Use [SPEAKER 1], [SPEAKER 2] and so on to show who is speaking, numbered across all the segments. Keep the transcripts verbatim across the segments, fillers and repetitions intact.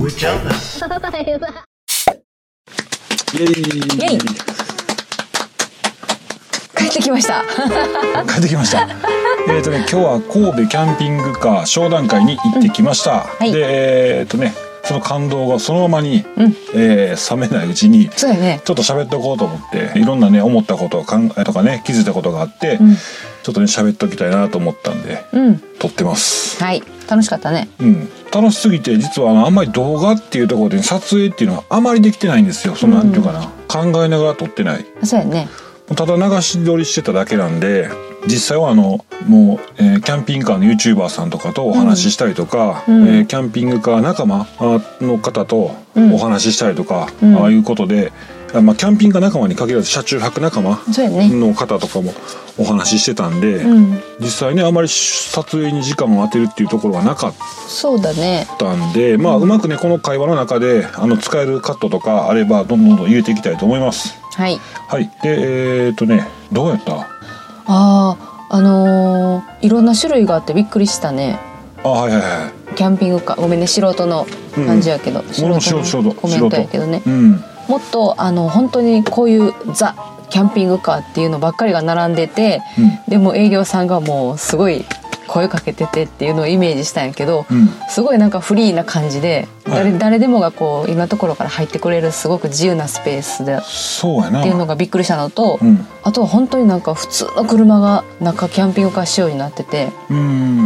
[SPEAKER 1] 上ちゃうな。
[SPEAKER 2] イエイイエイ
[SPEAKER 3] 帰ってきました
[SPEAKER 2] 帰ってきましたえっとね今日は神戸キャンピングカー商談会に行ってきました、うんはい、でえっとねその感動がそのままに、うんえー、冷めないうちに
[SPEAKER 3] そうやね、
[SPEAKER 2] ちょっと喋っておこうと思っていろんなね思ったことを考えとかね気づいたことがあって、うん、ちょっとね喋っておきたいなと思ったんで、うん、撮ってます
[SPEAKER 3] はい楽しかったね
[SPEAKER 2] うん楽しすぎて実はあのあんまり動画っていうところで撮影っていうのはあまりできてないんですよそのなんていうかな、うん、考えながら撮ってない
[SPEAKER 3] そうやね
[SPEAKER 2] ただ流し撮りしてただけなんで実際はあのもう、えー、キャンピングカーの YouTuber さんとかとお話ししたりとか、うんえー、キャンピングカー仲間の方とお話ししたりとか、うん、ああいうことで、まあ、キャンピングカー仲間に限らず車中泊仲間の方とかもお話ししてたんで、うん、実際ねあまり撮影に時間を当てるっていうところはなかったんで、まあ、うまくねこの会話の中であの使えるカットとかあればどんどんどん入れていきたいと思います。
[SPEAKER 3] はい、
[SPEAKER 2] はい、でえー、っとねどうやった？
[SPEAKER 3] あああのー、いろんな種類があってびっくりしたね。
[SPEAKER 2] あはいはいはい。
[SPEAKER 3] キャンピングカーごめんね素人の感じやけど、うん、素人のコメントやけどね、うん、もっとあの本当にこういうザキャンピングカーっていうのばっかりが並んでて、うん、でも営業さんがもうすごい声かけててっていうのをイメージしたんやけど、うん、すごいなんかフリーな感じで、はい、誰, 誰でもがこういろんなところから入ってくれるすごく自由なスペースで
[SPEAKER 2] そうやな
[SPEAKER 3] っていうのがびっくりしたのと、うん、あとは本当になんか普通の車が中キャンピングカー仕様になってて、うん、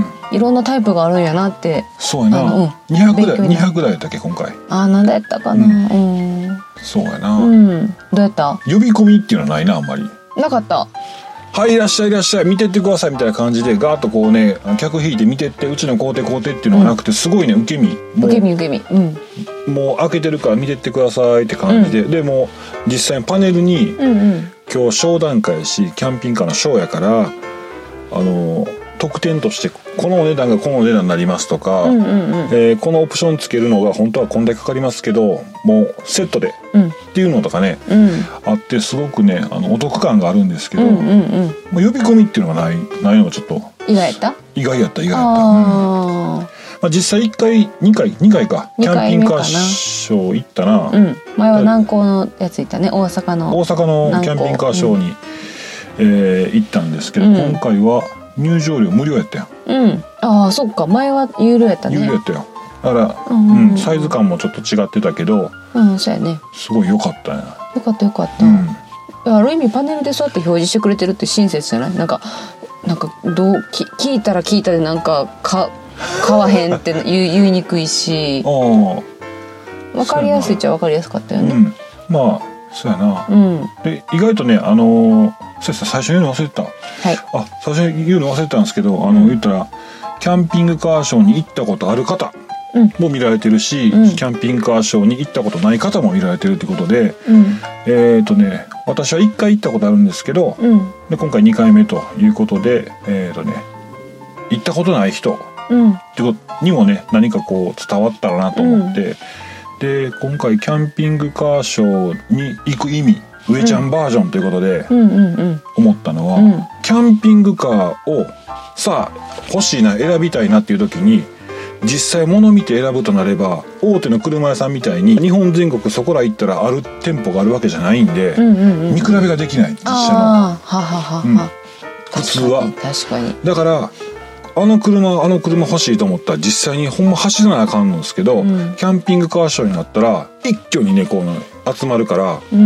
[SPEAKER 3] いろんなタイプがあるんやなって。
[SPEAKER 2] そうやな、うん、にひゃくだいにひゃくだいやったっけ今回。
[SPEAKER 3] ああなんだやったかな、うん
[SPEAKER 2] うん、そうやな、
[SPEAKER 3] うん、どうやった？
[SPEAKER 2] 呼び込みっていうのはないなあんまり。
[SPEAKER 3] なかった。
[SPEAKER 2] はいいらっしゃいいらっしゃい見てってくださいみたいな感じでガーッとこうね客引いて見てってうちの工程工程っていうのがなくて、うん、すごいね受け身
[SPEAKER 3] 受け身受け身、
[SPEAKER 2] うん、もう開けてるから見てってくださいって感じで、うん、でも実際にパネルに、うんうん、今日商談会しキャンピングカーのショーやからあの特典としてこのお値段がこのお値段になりますとか、うんうんうんえー、このオプションつけるのが本当はこんだけかかりますけどもうセットで、うん、っていうのとかね、うん、あってすごくねあのお得感があるんですけど、うんうんうん、もう呼び込みっていうのがないないのがちょっと
[SPEAKER 3] 意外やった
[SPEAKER 2] 意外やった意外やった、うんまあ、実際いっかいにかいにかいかキャンピングカーショー行ったな、うん、
[SPEAKER 3] 前は南港のやつ行ったね大阪の
[SPEAKER 2] 大阪のキャンピングカーショーに、うんえー、行ったんですけど、うん、今回は入場料無料やったよ。
[SPEAKER 3] うん。ああ、そっか。前は有料やったね。
[SPEAKER 2] 有料やったよ。だから、うんうんうん、サイズ感もちょっと違ってたけど、
[SPEAKER 3] うん、そうやね。
[SPEAKER 2] すごい良かったね。
[SPEAKER 3] 良かった良かった。うん、ある意味パネルでそうやって表示してくれてるって親切じゃない？なんかなんかどうき聞いたら聞いたでなんかか買わへんって言い言いにくいし、分かりやすいっちゃ分かりやすかったよね。うん、
[SPEAKER 2] まあそうやな。うん、で意外とねあのー。そうですね最初に言うの忘れてた、はい、あ最初に言うの忘れてたんですけどあの、うん、言ったらキャンピングカーショーに行ったことある方も見られてるし、うん、キャンピングカーショーに行ったことない方も見られてるということで、うん、えっ、ー、とね私はいっかい行ったことあるんですけど、うん、で今回にかいめということでえっ、ー、とね行ったことない人、うん、ってことにもね何かこう伝わったらなと思って、で今回キャンピングカーショーに行く意味上ちゃんバージョンということで思ったのは、うんうんうん、キャンピングカーをさあ欲しいな選びたいなっていう時に実際物見て選ぶとなれば大手の車屋さんみたいに日本全国そこら行ったらある店舗があるわけじゃないんで、うんうんうん、見比べができない実車の
[SPEAKER 3] ははは、うん、
[SPEAKER 2] 普通は
[SPEAKER 3] 確かに
[SPEAKER 2] だからあの車あの車欲しいと思ったら実際にほんま走らなあかんのですけど、うん、キャンピングカーショーになったら一挙にねこう集まるから、うん、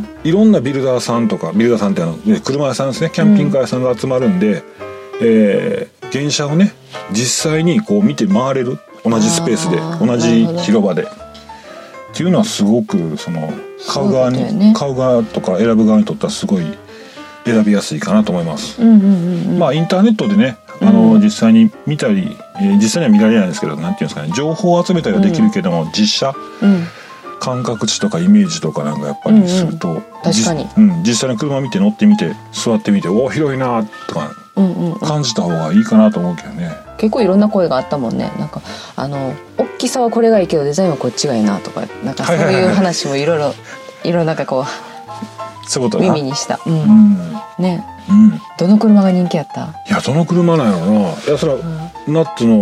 [SPEAKER 2] いろんなビルダーさんとかビルダーさんってあの、ね、車屋さんですねキャンピングカー屋さんが集まるんで、うんえー、現車をね実際にこう見て回れる同じスペースで同じ広場でっていうのはすごくその買う側に、ね、買う側とか選ぶ側にとってはすごい選びやすいかなと思います、うんうんうんうん、まあインターネットでねあの、うん、実際に見たり、えー、実際には見られないんですけどなんていうんですかね情報を集めたりはできるけども、うん、実写、うん、感覚値とかイメージとかなんかやっぱりすると、うんうん、
[SPEAKER 3] 確かに、
[SPEAKER 2] うん、実際の車見て乗ってみて座ってみてお広いなとか感じた方がいいかなと思うけどね。
[SPEAKER 3] 結構いろんな声があったもんね。なんかあの大きさはこれがいいけどデザインはこっちがいいなとかなんかそういう話もいろいろいろいろなんかこう
[SPEAKER 2] そういうこと
[SPEAKER 3] 耳にした、うんうん、ね、うん、どの車が人気やった？
[SPEAKER 2] いやどの車なんやろな。いやそれは、うん、ナッツの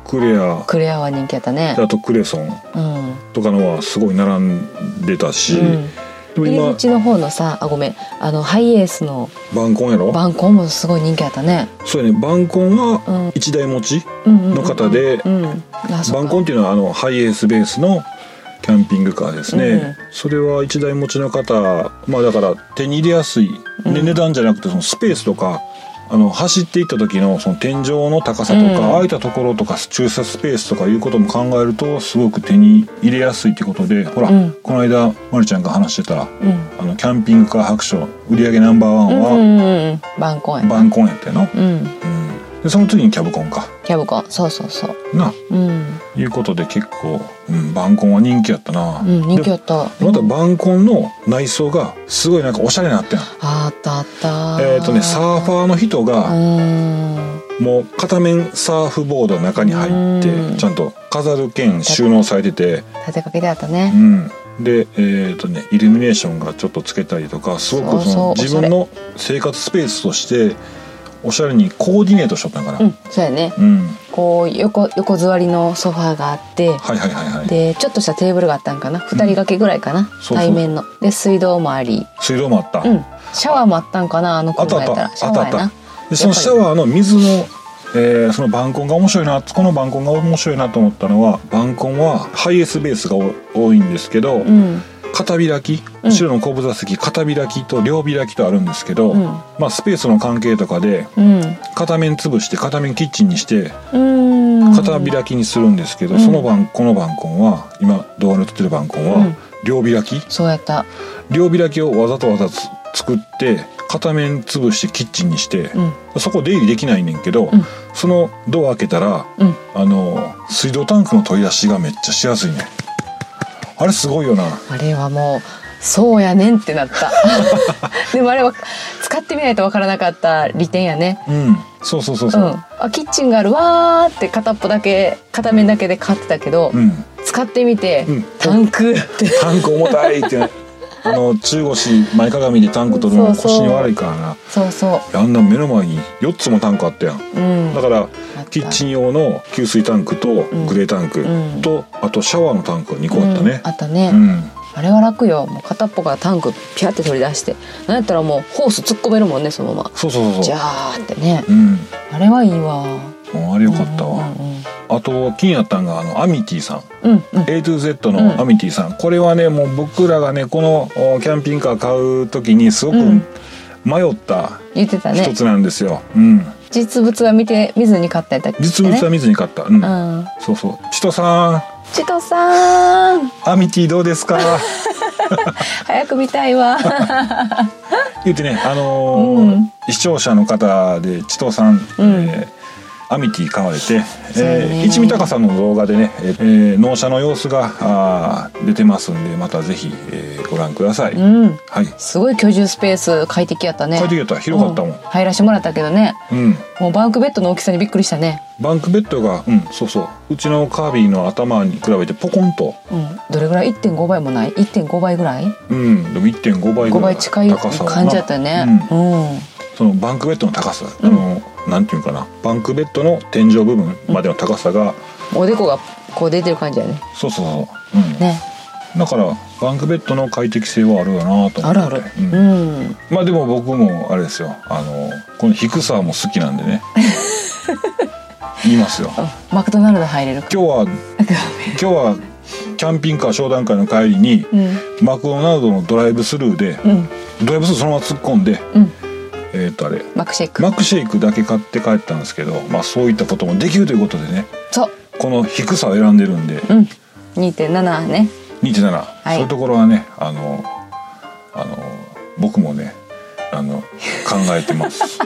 [SPEAKER 2] クレア
[SPEAKER 3] クレアは人気やったね。
[SPEAKER 2] あとクレソンとかのはすごい並んでたし、うん、
[SPEAKER 3] でも今入り口の方のさ、あごめんあのハイエースの
[SPEAKER 2] バンコンやろ。
[SPEAKER 3] バンコンもすごい人気やったね。
[SPEAKER 2] そうやね、バンコンは一台持ちの方で、バンコンっていうのはあのハイエースベースのキャンピングカーですね、うん、それは一台持ちの方、まあだから手に入れやすいで、値段じゃなくてそのスペースとかあの走っていった時のその天井の高さとか、うん、空いたところとか駐車スペースとかいうことも考えるとすごく手に入れやすいってことで、ほら、うん、この間まるちゃんが話してた、うん、あのキャンピングカー白書売上ナンバーワンは、うんうんうん、
[SPEAKER 3] バンコンや
[SPEAKER 2] バンコンやったよな、うんうん、でその次にキャブコンか
[SPEAKER 3] キャブコンそうそうそう
[SPEAKER 2] な、うん、いうことで結構、うん、バンコンは人気やったな、
[SPEAKER 3] うん、人気やった。
[SPEAKER 2] またバンコンの内装がすごいなんかおしゃれになってん。
[SPEAKER 3] あったあった
[SPEAKER 2] えっ、ー、とねサーファーの人がもう片面サーフボードの中に入ってちゃんと飾る兼収納されてて
[SPEAKER 3] 立てかけてあったね、
[SPEAKER 2] うん、でえっ、ー、とねイルミネーションがちょっとつけたりとかすごくその自分の生活スペースとしておしゃれにコーディネートしとったんかな。
[SPEAKER 3] うん、そうやね、うん、こう 横, 横座りのソファーがあって、はいはいはいはい、でちょっとしたテーブルがあったんかな、ふたり掛けぐらいかな、うん、そうそう対面ので水道もあり
[SPEAKER 2] 水道もあった、
[SPEAKER 3] うん、シャワーもあったんかな、あの車やったらシャワーやな。
[SPEAKER 2] でそのシャワーの水の、えー、そのバンコンが面白いな、このバンコンが面白いなと思ったのは、バンコンはハイエースベースが多いんですけど、うん、片開き、後ろの後部座席片開きと両開きとあるんですけど、うん、まあスペースの関係とかで、うん、片面潰して片面キッチンにして片開きにするんですけど、うん、そのバンこのバンコンは今動画に映ってるバンコンは両開き、うん、
[SPEAKER 3] そうやった
[SPEAKER 2] 両開きをわざとわざと作って片面潰してキッチンにして、うん、そこ出入りできないねんけど、うん、そのドア開けたら、うん、あの水道タンクの取り出しがめっちゃしやすいね。あれすごいよな。
[SPEAKER 3] あれはもうそうやねんってなったでもあれは使ってみないとわからなかった利点やね。
[SPEAKER 2] うん、そうそうそうそう、うん、
[SPEAKER 3] あキッチンがあるわーって片っぽだけ片面だけで買ってたけど、うん、使ってみて、うん、タンクって
[SPEAKER 2] タンク重たいってあの中腰前かがみでタンク取るの腰に悪いからな。
[SPEAKER 3] そうそう
[SPEAKER 2] あんな目の前によっつもタンクあったやん、うん、だからキッチン用の給水タンクとグレータンクと、うん、あとシャワーのタンクがにこあったね、
[SPEAKER 3] うん、あったね、うん、あれは楽よ。もう片っぽからタンクピャって取り出してなんやったらもうホース突っ込めるもんね、そのまま。
[SPEAKER 2] そうそうそう
[SPEAKER 3] ジャーってね、うん、あれはいいわ。
[SPEAKER 2] もうあれよかったわ、うんうんうん、あと気になったんがあのアミティさん、うんうん、エートゥーゼット のアミティさん、うん、これはねもう僕らがねこのキャンピングカー買う時にすごく迷った一つなんですよ、うん、
[SPEAKER 3] 実物は見て見ずに買ったやったっけ、ね、
[SPEAKER 2] 実物は見ずに買った、うんうん、そうそう。千とさん
[SPEAKER 3] 千とさん
[SPEAKER 2] アミティどうですか
[SPEAKER 3] 早く見たいわ
[SPEAKER 2] 言ってね、あのーうん、視聴者の方で千とさん、うんえーアミティ買われて、えー、一味高さんの動画でね、えー、納車の様子があ出てますんでまたぜひ、えー、ご覧ください、うん
[SPEAKER 3] はい、すごい居住スペース快適やったね。
[SPEAKER 2] 快適やった、広かったもん、うん、
[SPEAKER 3] 入らしてもらったけどね、うん、もうバンクベッドの大きさにびっくりしたね。
[SPEAKER 2] バンクベッドが、うん、そうそううちのカービィの頭に比べてポコンと、
[SPEAKER 3] うん、どれぐらい いってんご 倍もない いってんご 倍ぐらい、
[SPEAKER 2] うんでも いってんご 倍ぐらい
[SPEAKER 3] ごばい近い感じだったよね、うんうん
[SPEAKER 2] そのバンクベッドの高さ、うん、あのなんていうかなバンクベッドの天井部分までの高さが、
[SPEAKER 3] うん、おでこがこう出てる感じだね。
[SPEAKER 2] そうそうそう、うん、ねだからバンクベッドの快適性はあるよなと思って。
[SPEAKER 3] あるある、うんうん、
[SPEAKER 2] まあでも僕もあれですよあのこの低さも好きなんでね言いますよ。
[SPEAKER 3] マクドナルド入れるか。
[SPEAKER 2] 今日は今日はキャンピングカー商談会の帰りに、うん、マクドナルドのドライブスルーで、うん、ドライブスルーそのまま突っ込んで、うんえー、とあれ
[SPEAKER 3] マックシェイク
[SPEAKER 2] マックシェイクだけ買って帰ったんですけど、まあ、そういったこともできるということでね。
[SPEAKER 3] そう
[SPEAKER 2] この低さを選んでるんで、うん、
[SPEAKER 3] にてんなな ね
[SPEAKER 2] にてんなな、はい、そういうところはねあのあの僕もねあの考えてます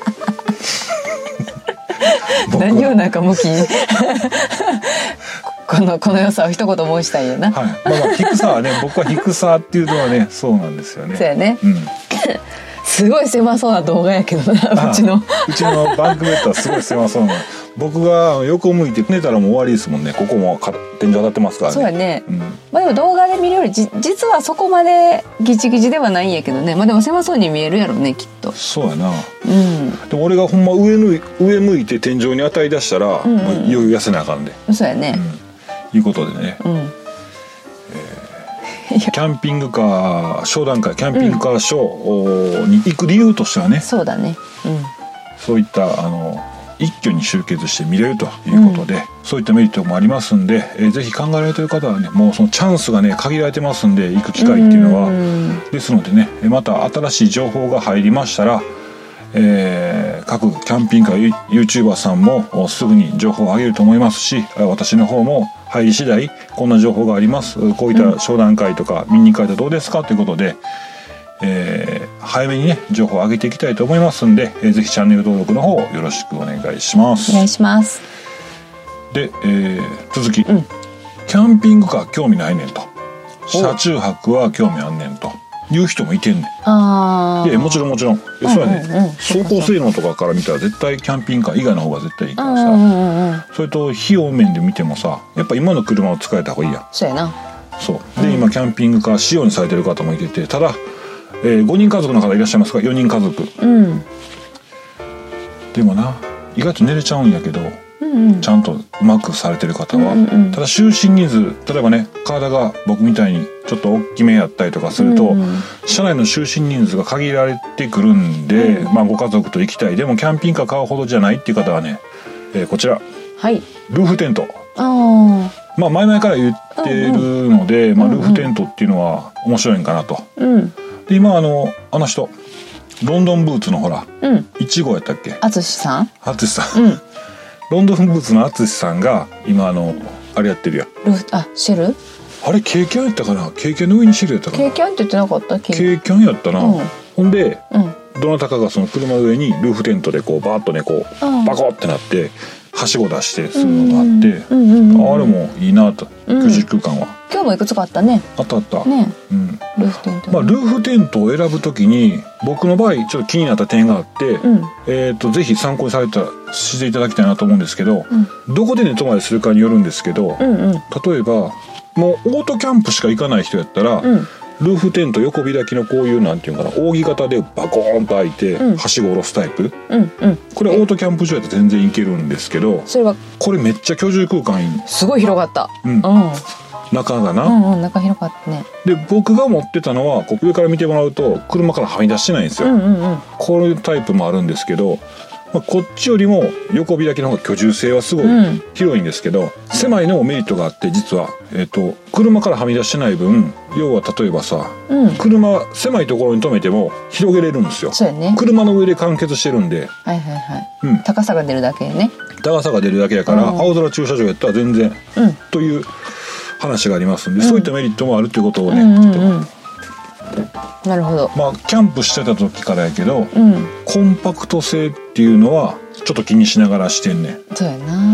[SPEAKER 3] 何をなんか向きにこのこの良さを一言申したいよな、
[SPEAKER 2] はいまあ、まあ低さはね僕は低さっていうのはねそうなんですよね。
[SPEAKER 3] そうやね、うんすごい狭そうな動画やけどなうちの
[SPEAKER 2] うちのバンクベッドはすごい狭そうな僕が横向いて寝たらもう終わりですもんね。ここも天井当たってますからね。
[SPEAKER 3] そうやね、
[SPEAKER 2] うん、
[SPEAKER 3] まあでも動画で見るよりじ実はそこまでギチギチではないんやけどね。まあでも狭そうに見えるやろねきっと。
[SPEAKER 2] そうやな、
[SPEAKER 3] うん、
[SPEAKER 2] でも俺がほんま上向い上向いて天井に当たりだしたら、うんうん、もういよいよ痩せなあかんで。
[SPEAKER 3] そうやね、
[SPEAKER 2] うん、いうことでね、うん、えー、キャンピングカー商談会キャンピングカーショーに行く理由としてはね、
[SPEAKER 3] そうだね、うん、
[SPEAKER 2] そういったあの一挙に集結して見れるということで、うん、そういったメリットもありますんで、えー、ぜひ考えられている方はね、もうそのチャンスがね限られてますんで、行く機会っていうのは、うん、ですのでね、また新しい情報が入りましたら、えー、各キャンピングカー YouTuber さんもすぐに情報を上げると思いますし、私の方も入り次第こんな情報があります、こういった商談会とか見に行かれたらどうですかということで、えー、早めにね情報を上げていきたいと思いますんで、えー、ぜひチャンネル登録の方よろしくお願いします。
[SPEAKER 3] お願いします。
[SPEAKER 2] で、えー、続き、うん、キャンピングカー興味ないねんと、車中泊は興味あんねんという人もいてんねん。
[SPEAKER 3] あ
[SPEAKER 2] でもちろんもちろん、そうやね、うんうんうん、走行性能とかから見たら絶対キャンピングカー以外の方が絶対いいからさ、うんうんうん、それと費用面で見てもさ、やっぱ今の車を使えた方がいいやん。
[SPEAKER 3] そうやな。
[SPEAKER 2] そうで、うん、今キャンピングカー仕様にされてる方もいてて、ただえー、ごにん家族の方いらっしゃいますか？よにん家族、うん、でもな意外と寝れちゃうんやけど、うんうん、ちゃんとうまくされてる方は、うんうん、ただ就寝人数、例えばね体が僕みたいにちょっと大きめやったりとかすると、うんうん、車内の就寝人数が限られてくるんで、うん、まあご家族と行きたい、でもキャンピングカー買うほどじゃないっていう方はね、えー、こちら、
[SPEAKER 3] はい、
[SPEAKER 2] ルーフテント。あまあ前々から言ってるので、うんうんまあ、ルーフテントっていうのは面白いんかなと、うんで今あのあの人ロンドンブーツのほら、うん、いち号やったっけ、
[SPEAKER 3] 淳さん
[SPEAKER 2] 淳さん、うん、ロンドンブーツの淳さんが今あのあれやってるやん。
[SPEAKER 3] あシェル
[SPEAKER 2] あれケーキャンやったかな、ケーキャンの上にシェルやったかな。
[SPEAKER 3] ケーキャンって言ってなかった？
[SPEAKER 2] ケーキャンやったな、うん、ほんで、うん、どなたかがその車上にルーフテントでこうバーッとねこうバコってなってはしご出してするのがあって、うんうんうんうん、あれもいいなと、居住空間は、うん、
[SPEAKER 3] 今日もいくつかあったね。
[SPEAKER 2] あったあった
[SPEAKER 3] ね、うん、ルーフテント、ね、
[SPEAKER 2] まあ、ルーフテントを選ぶときに僕の場合ちょっと気になった点があって、うん、えーとぜひ参考にされたしていただきたいなと思うんですけど、うん、どこで寝泊まりするかによるんですけど、うんうん、例えばもうオートキャンプしか行かない人やったら、うんルーフテント横開きのこういうなんていうかな扇形でバコーンと開いて、うん、はしご下ろすタイプ、うんうん、これオートキャンプ場やと全然いけるんですけど、
[SPEAKER 3] それは
[SPEAKER 2] これめっちゃ居住空間いい。
[SPEAKER 3] すごい広がった、うんうん、
[SPEAKER 2] 中がな、
[SPEAKER 3] うんうん、中広かったね。
[SPEAKER 2] で僕が持ってたのはこう上から見てもらうと車からはみ出してないんですよ、うんうんうん、こういうタイプもあるんですけど、まあ、こっちよりも横開きの方が居住性はすごい広いんですけど、うん、狭いのもメリットがあって、実は、えーと、車からはみ出してない分、要は例えばさ、うん、車狭いところに止めても広げれるんですよ。
[SPEAKER 3] そうやね、
[SPEAKER 2] 車の上で完結してるんで、
[SPEAKER 3] はいはいはい、うん、高さが出るだけね。
[SPEAKER 2] 高さが出るだけやから、うん、青空駐車場やったら全然、うん、という話がありますんで、うん、そういったメリットもあるということをね、うんうんうん、
[SPEAKER 3] なるほど。
[SPEAKER 2] まあキャンプしてた時からやけど、うん、コンパクト性っていうのはちょっと気にしながらしてんねん。
[SPEAKER 3] そうやな、うんうんうん、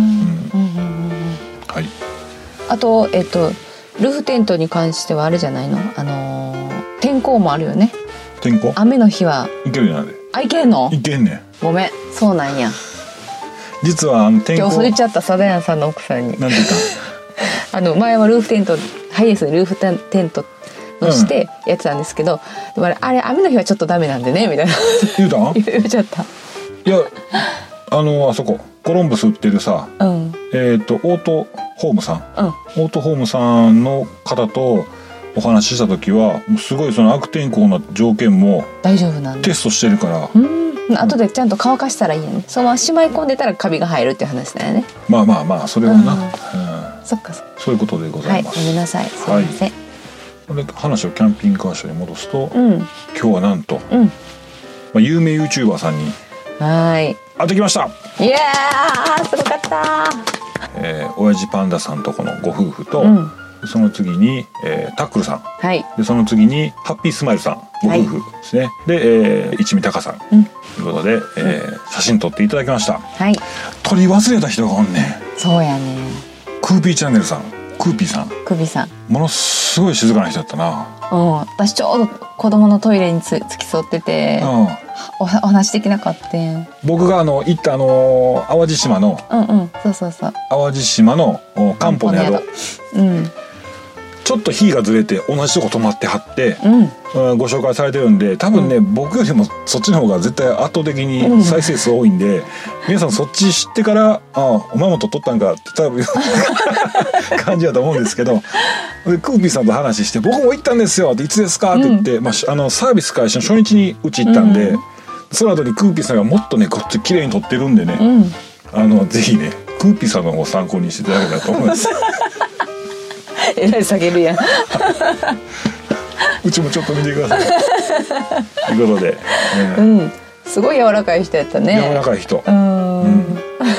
[SPEAKER 3] はい。あとえっとルーフテントに関してはあれじゃないの、あのー、天候もあるよね。
[SPEAKER 2] 天候？
[SPEAKER 3] 雨の日はい
[SPEAKER 2] けるやん。
[SPEAKER 3] あ、いけんの？
[SPEAKER 2] いけんねん。
[SPEAKER 3] ごめん、そうなんや。
[SPEAKER 2] 実はあの天候。
[SPEAKER 3] 今日それ言っちゃったサダヤンさんの奥さんに。
[SPEAKER 2] なんて言った
[SPEAKER 3] あの前はルーフテント、ハイエースでルーフテントのしてやってたんですけど、うん、あれ雨の日はちょっとダメなんでねみたいな
[SPEAKER 2] 言うたん？
[SPEAKER 3] 言っちゃった。
[SPEAKER 2] いや、あのあそこコロンブス売ってるさ、うん、えっ、ー、とオートホームさん、うん、オートホームさんの方とお話しした時はもうすごいその悪天候な条件も
[SPEAKER 3] 大丈夫なん
[SPEAKER 2] テストしてるから、
[SPEAKER 3] うん、後でちゃんと乾かしたらいいよね。そのまましまい込んでたらカビが生えるっていう話だよね。
[SPEAKER 2] まあまあまあそれはな、うん
[SPEAKER 3] うん、そっかそっか、
[SPEAKER 2] そういうことでございます。
[SPEAKER 3] はい、ごめんなさい、すいません。
[SPEAKER 2] はい、で話をキャンピングカーショーに戻すと、うん、今日はなんと、うん、まあ、有名 YouTuber さんに
[SPEAKER 3] はい
[SPEAKER 2] 会ってきました。
[SPEAKER 3] いやーすごかった。
[SPEAKER 2] えー、親父パンダさんとこのご夫婦と、うん、その次に、えー、タックルさん、はい、でその次にハッピースマイルさんご夫婦ですね、はい、で、えー、一味高さん、うん、ということで、えー、写真撮っていただきました。はい、撮り忘れた人がおんねん。
[SPEAKER 3] そうやね。
[SPEAKER 2] クーピーチャンネルさん、クーピーさん、
[SPEAKER 3] クーピーさん、
[SPEAKER 2] ものすごい静かな人だったな。
[SPEAKER 3] うん、私ちょうど子供のトイレにつ付き添ってて、うん、お, お話できなかった。
[SPEAKER 2] 僕があの行ったあの淡路島の、
[SPEAKER 3] うんうん、そうそうそう、
[SPEAKER 2] 淡路島の漢方の宿、うん、ちょっと日がずれて同じとこ泊まってはって、うんうん、ご紹介されてるんで、多分ね、うん、僕よりもそっちの方が絶対圧倒的に再生数多いんで、うん、皆さんそっち知ってから「ああお前もとっとったんか」って多分感じだと思うんですけど、でクーピーさんと話して「僕も行ったんですよ」って「いつですか?」って言って、うん、まあ、あのサービス開始の初日にうち行ったんで、うん、その後にクーピーさんがもっとねこっち綺麗に撮ってるんでね、うん、あのぜひねクーピーさんの方を参考にしていただけたらと思います。
[SPEAKER 3] えらい下げるやん。
[SPEAKER 2] うちもちょっと見てください。ということで、ね、
[SPEAKER 3] うん、すごい柔らかい人やったね。
[SPEAKER 2] 柔らかい人。
[SPEAKER 3] うん。うん、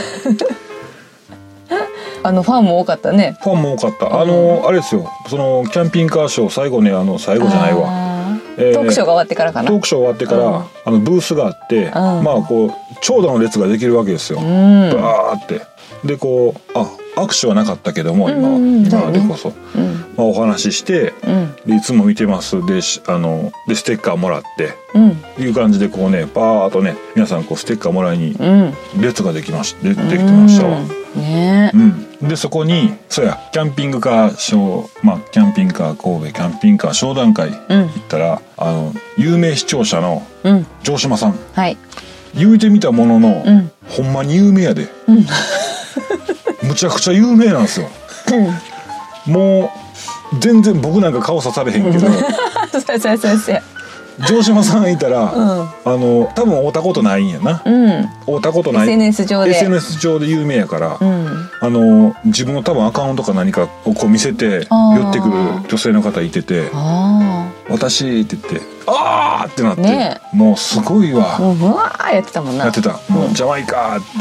[SPEAKER 3] あのファンも多かったね。
[SPEAKER 2] ファンも多かった。あの、うん、あれですよ。そのキャンピングカーショー最後ね、あの最後じゃないわ。
[SPEAKER 3] えー、トークショーが終わってからかな。
[SPEAKER 2] トークショー終わってから、うん、あのブースがあって、うん、まあこう長蛇の列ができるわけですよ。うん、バーって。でこうあ。握手はなかったけども今は、うん、今でこそ、うん、まあ、お話しして、うん、でいつも見てますであのでステッカーもらって、うん、いう感じでこうねバーッとね皆さんこうステッカーもらいに列ができまし、うん、で, できてましたわ、
[SPEAKER 3] ね
[SPEAKER 2] うん、でそこにそうやキャンピングカーショー、まあ、キャンピングカー神戸キャンピングカー商談会行ったら、うん、あの有名視聴者の城島さん、うん、はい、言うてみたものの、うん、ほんまに有名やで、うんむちゃくちゃ有名なんですよ、うん、もう全然僕なんか顔さされへんけど
[SPEAKER 3] そうそうそうそう
[SPEAKER 2] 城島さんいたら、うん、あの多分会うたことないんやな、うん、会うたことない
[SPEAKER 3] エスエヌエス 上で
[SPEAKER 2] エスエヌエス 上で有名やから、うん、あの自分の多分アカウントか何かをこう見せて寄ってくる女性の方いてて「私」って言って「あー!」ってなって、ね、もうすごいわ、
[SPEAKER 3] もううわーやってたもんな、
[SPEAKER 2] やってたもう、うん、ジャマイカって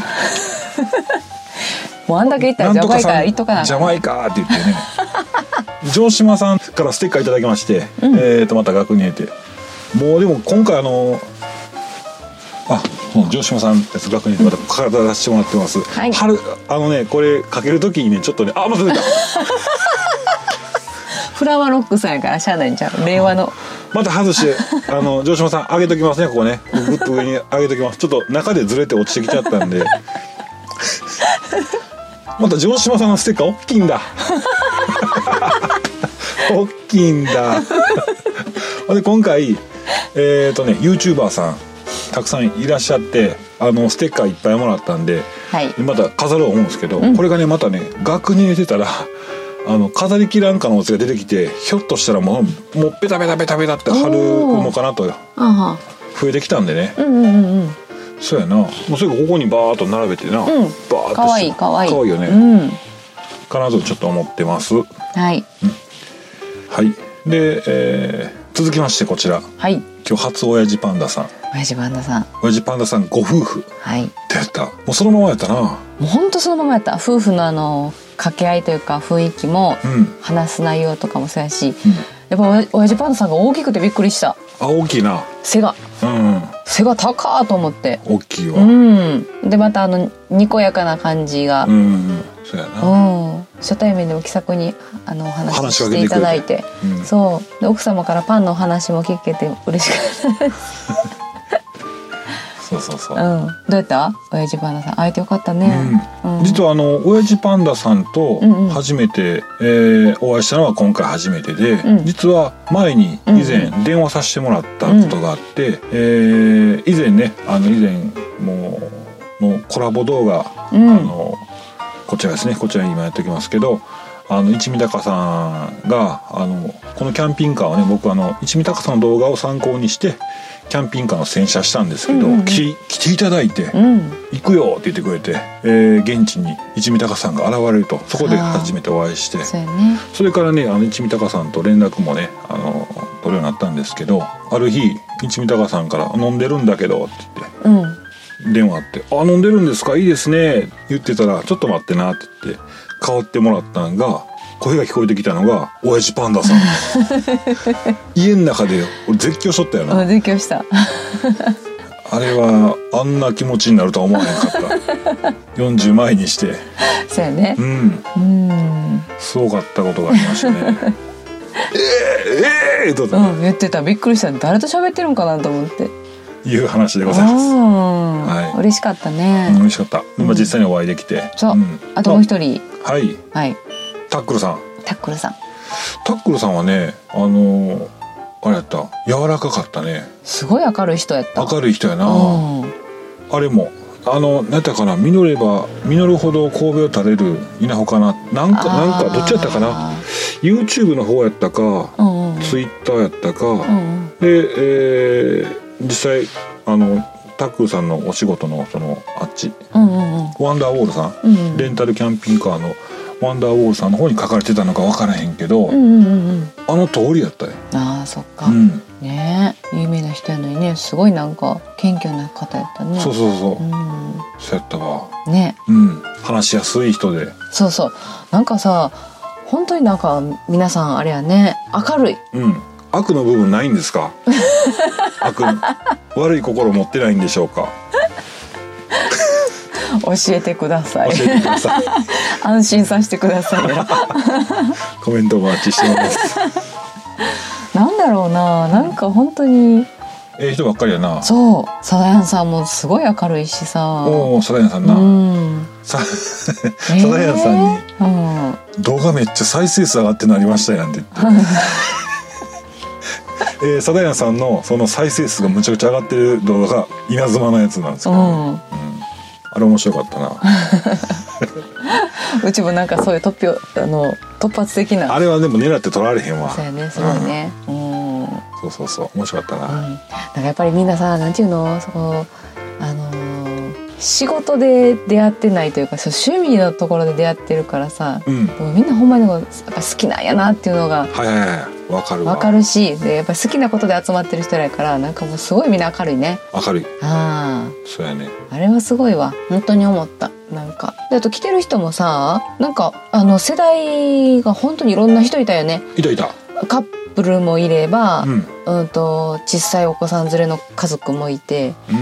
[SPEAKER 3] もうあんだけ言ったらジャマイカ行っとかな
[SPEAKER 2] ジャマイカって言ってね城島さんからステッカーいただきまして、うん、えーとまた額に入れてもうでも今回あのあ城島さん額に入れてまた体出してもらってます、はい、春あのねこれかける時にねちょっとねあまた出た
[SPEAKER 3] フラワーロックさんやからしゃあないんちゃう令和の
[SPEAKER 2] また外してあの城島さん上げときますねここねグッと上に上げときますちょっと中でずれて落ちてきちゃったんでまた城島さんのステッカー大きいんだ大きいんだで今回えーとね YouTuber さんたくさんいらっしゃってあのステッカーいっぱいもらったんで、はい、また飾ろう思うんですけど、うん、これがねまたね額に入れてたらあの飾りきらん可能性が出てきてひょっとしたらもうもうペタペタペタペタって貼るのかなと増えてきたんでね、うんうんうんうん、そうやなもうそれがここにバーッと並べてな、うん、バーッと
[SPEAKER 3] かわいいかわいい
[SPEAKER 2] かわいいよね、うん、かなとちょっと思ってます。
[SPEAKER 3] はい、うん、
[SPEAKER 2] はいで、えー、続きましてこちら、はい、今日初親父パンダさん
[SPEAKER 3] 親父パンダさん
[SPEAKER 2] 親父パンダさんご夫婦
[SPEAKER 3] はい
[SPEAKER 2] ってやったもうそのままやったなも
[SPEAKER 3] うほんとそのままやった夫婦のあの掛け合いというか雰囲気も、うん、話す内容とかもそうやし、うん、やっぱ親父パンダさんが大きくてびっくりした。
[SPEAKER 2] あ大きいな
[SPEAKER 3] 背が、うん、背が高ーと思って
[SPEAKER 2] 大きいわ、
[SPEAKER 3] うん、でまたあのにこやかな感じが、うん、
[SPEAKER 2] そうやな、うん、
[SPEAKER 3] 初対面でも気さくにあのお話ししていただいて、うん、そうで奥様からパンのお話も聞けて嬉しかったです
[SPEAKER 2] そうそうそう、
[SPEAKER 3] うん、どうやった親父パンダさん会えてよかったね、
[SPEAKER 2] うんうん、実はあの親父パンダさんと初めて、うんうんえー、お会いしたのは今回初めてで、うん、実は前に以前電話させてもらったことがあって、うんえー、以前ねあの以前もうのコラボ動画、うん、あのこちらですねこちらに今やっておきますけどあの一味高さんがあのこのキャンピングカーをね僕あの一味高さんの動画を参考にしてキャンピングカーの洗車したんですけど、うんうん、来, 来ていただいて、うん、行くよって言ってくれて、えー、現地に一味高さんが現れるとそこで初めてお会いしてそ, う、ね、それからねあの一味高さんと連絡もねあの取るようになったんですけどある日一味高さんから「飲んでるんだけど」って言って、うん、電話あって「あ飲んでるんですかいいですね」言ってたら「ちょっと待ってな」って言って代わってもらったのが声が聞こえてきたのが親父パンダさん家の中で俺絶叫しとったよな。
[SPEAKER 3] 絶叫した
[SPEAKER 2] あれはあんな気持ちになるとは思わへんかったよんじゅう前にして
[SPEAKER 3] そうやね、
[SPEAKER 2] うん、うんすごかったことがありましたねえええー、と、
[SPEAKER 3] うん、言ってた。びっくりした。誰と喋ってるんかなと思って
[SPEAKER 2] いう話でございます。
[SPEAKER 3] はい、嬉しかったね、
[SPEAKER 2] うん、嬉しかった、うん、今実際にお会いできて、
[SPEAKER 3] そう、うん、あともう一人、
[SPEAKER 2] はいはい、タックルさん
[SPEAKER 3] タックルさん
[SPEAKER 2] タックルさんはね、あのー、あれやった、柔らかかったね。
[SPEAKER 3] すごい明るい人やった。
[SPEAKER 2] 明るい人やな、うん、あれもあの何やったかな、実れば実るほど神戸を垂れる稲穂かな、なんかなんかどっちやったかな、 YouTube の方やったか、うんうん、Twitter やったか、うんうん、で、えー、実際あのタックルさんのお仕事のそのあっち、うんうんうん、ワンダーウォールさん、うんうん、レンタルキャンピングカーのワンダーウォールさんの方に書かれてたのか分からへんけど、うんうんうん、あの通りやったよ。
[SPEAKER 3] ああそっか、うん、ねえ有名な人やのにね、すごいなんか謙虚な方やったね。
[SPEAKER 2] そうそうそう、うん、そうやったわね、うん、話しやすい人で、
[SPEAKER 3] そうそう、なんかさ本当になんか皆さんあれやね、明るい、
[SPEAKER 2] うん、悪の部分ないんですか悪悪い心持ってないんでしょうか
[SPEAKER 3] 教えてください。
[SPEAKER 2] 教えてください。
[SPEAKER 3] 安心させてください。
[SPEAKER 2] コメントお待ちしてます。
[SPEAKER 3] なんだろうな、なんか本当に
[SPEAKER 2] ええ人ばっかりやな。
[SPEAKER 3] そう、サダヤンさんもすごい明るいしさ。
[SPEAKER 2] おお、サダヤンさんな。うん、さサダヤンさんに、うん、動画めっちゃ再生数上がってなりましたやんって言って。えー、サダヤンさんのその再生数がむちゃくちゃ上がってる動画が稲妻のやつなんですけど、ね、うんうん、あれ面白かったな。
[SPEAKER 3] うちもなんかそういう突拍あの突発的な
[SPEAKER 2] あれはでも狙って撮られへんわ。
[SPEAKER 3] そうやね、すごいね、うん、うん、
[SPEAKER 2] そうそうそう、面白かったな、うん、
[SPEAKER 3] なんかやっぱりみんなさ、なんていうの、そこあのー、仕事で出会ってないというか、趣味のところで出会ってるからさ、うん、でもみんなほんまにやっぱ好きなんやなっていうのが、
[SPEAKER 2] はいはいはい、わかるわ。
[SPEAKER 3] わかるし、でやっぱり好きなことで集まってる人やから、なんかもうすごいみんな明るいね。
[SPEAKER 2] 明るい。
[SPEAKER 3] ああ、
[SPEAKER 2] そうやね。
[SPEAKER 3] あれはすごいわ、本当に思った。なんかで、あと来てる人もさ、なんかあの世代が本当にいろんな人いたよね。
[SPEAKER 2] いたいた。
[SPEAKER 3] カップルもいれば、うん、うんと小さいお子さん連れの家族もいて、うん、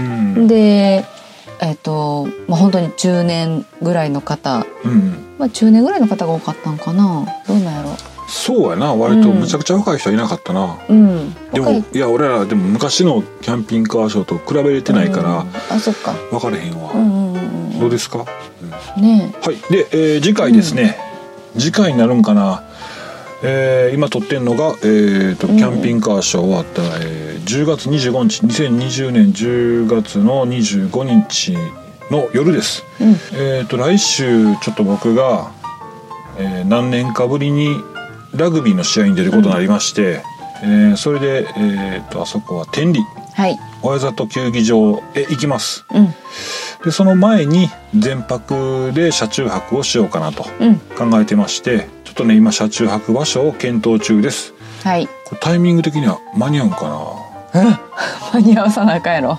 [SPEAKER 3] でえっとまあ本当に中年ぐらいの方、うん、まあ中年ぐらいの方が多かったんかな。どうなんやろ。
[SPEAKER 2] そうやな、割とむちゃくちゃ若い人はいなかったな、うん、でもいや俺らでも昔のキャンピングカーショーと比べれてないから、うん、
[SPEAKER 3] あ、そっか、
[SPEAKER 2] 分かれへんわ、うんうんうん、どうですか、
[SPEAKER 3] うん、ね。
[SPEAKER 2] はい。で、えー、次回ですね、うん、次回になるんかな、えー、今撮ってんのが、えーと、キャンピングカーショー終わった、うん、えー、じゅうがつにじゅうごにち、にせんにじゅうねんじゅうがつのにじゅうごにちの夜です、うん、えーと来週ちょっと僕が、えー、何年かぶりにラグビーの試合に出ることになりまして、うん、えー、それで、えー、とあそこは天理、はい、親里球技場へ行きます、うん、でその前に全泊で車中泊をしようかなと考えてまして、うん、ちょっとね今車中泊場所を検討中です、はい、これタイミング的には間に合うんかな。
[SPEAKER 3] うん、間に合わさなあかんやろ。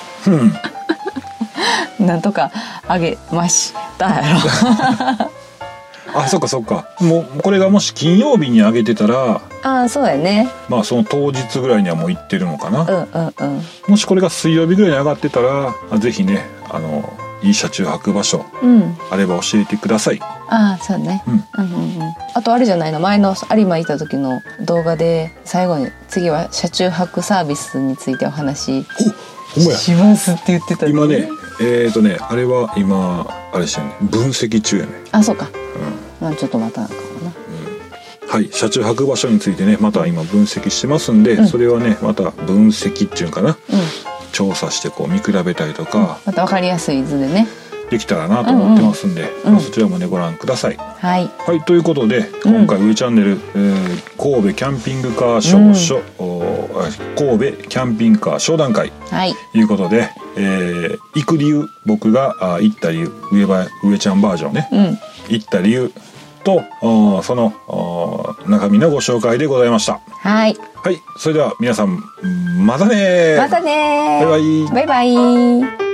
[SPEAKER 3] うん、なんとかあげましたやろ。
[SPEAKER 2] あ、そっかそっか。もうこれがもし金曜日に上げてたら、
[SPEAKER 3] あ、そうやね。ま
[SPEAKER 2] あその当日ぐらいにはもう行ってるのかな。
[SPEAKER 3] うんうんうん。
[SPEAKER 2] もしこれが水曜日ぐらいに上がってたら、ぜひね、あのいい車中泊場所、うん、あれば教えてください。
[SPEAKER 3] ああ、そうね。うん、うんうんうん。あとあれじゃないの、前の有馬行った時の動画で最後に次は車中泊サービスについてお話しますって言ってた、ね。
[SPEAKER 2] 今ね、えーとね、あれは今あれしてね、分析中やね。
[SPEAKER 3] あ、そうか。うん、まあちょっとまたかもな。
[SPEAKER 2] うん、はい、車中泊場所についてね、また今分析してますんで、うん、それはね、また分析っていうんかな、うん、調査してこう見比べたりとか、うん、ま
[SPEAKER 3] た分かりやすい図でね、
[SPEAKER 2] できたらなと思ってますんで、うんうん、そちらもねご覧ください。はい、はい、ということで今回上チャンネル、えー、神戸キャンピングカーショー、うん、神戸キャンピングカー商談会と、はい、いうことで、えー、行く理由、僕があ行った理由、上ば上ちゃんバージョンね、うん、行った理由とその中身のご紹介でございました。はい、はい、それでは皆さんまたね
[SPEAKER 3] またね
[SPEAKER 2] バイバイ
[SPEAKER 3] バイバイ。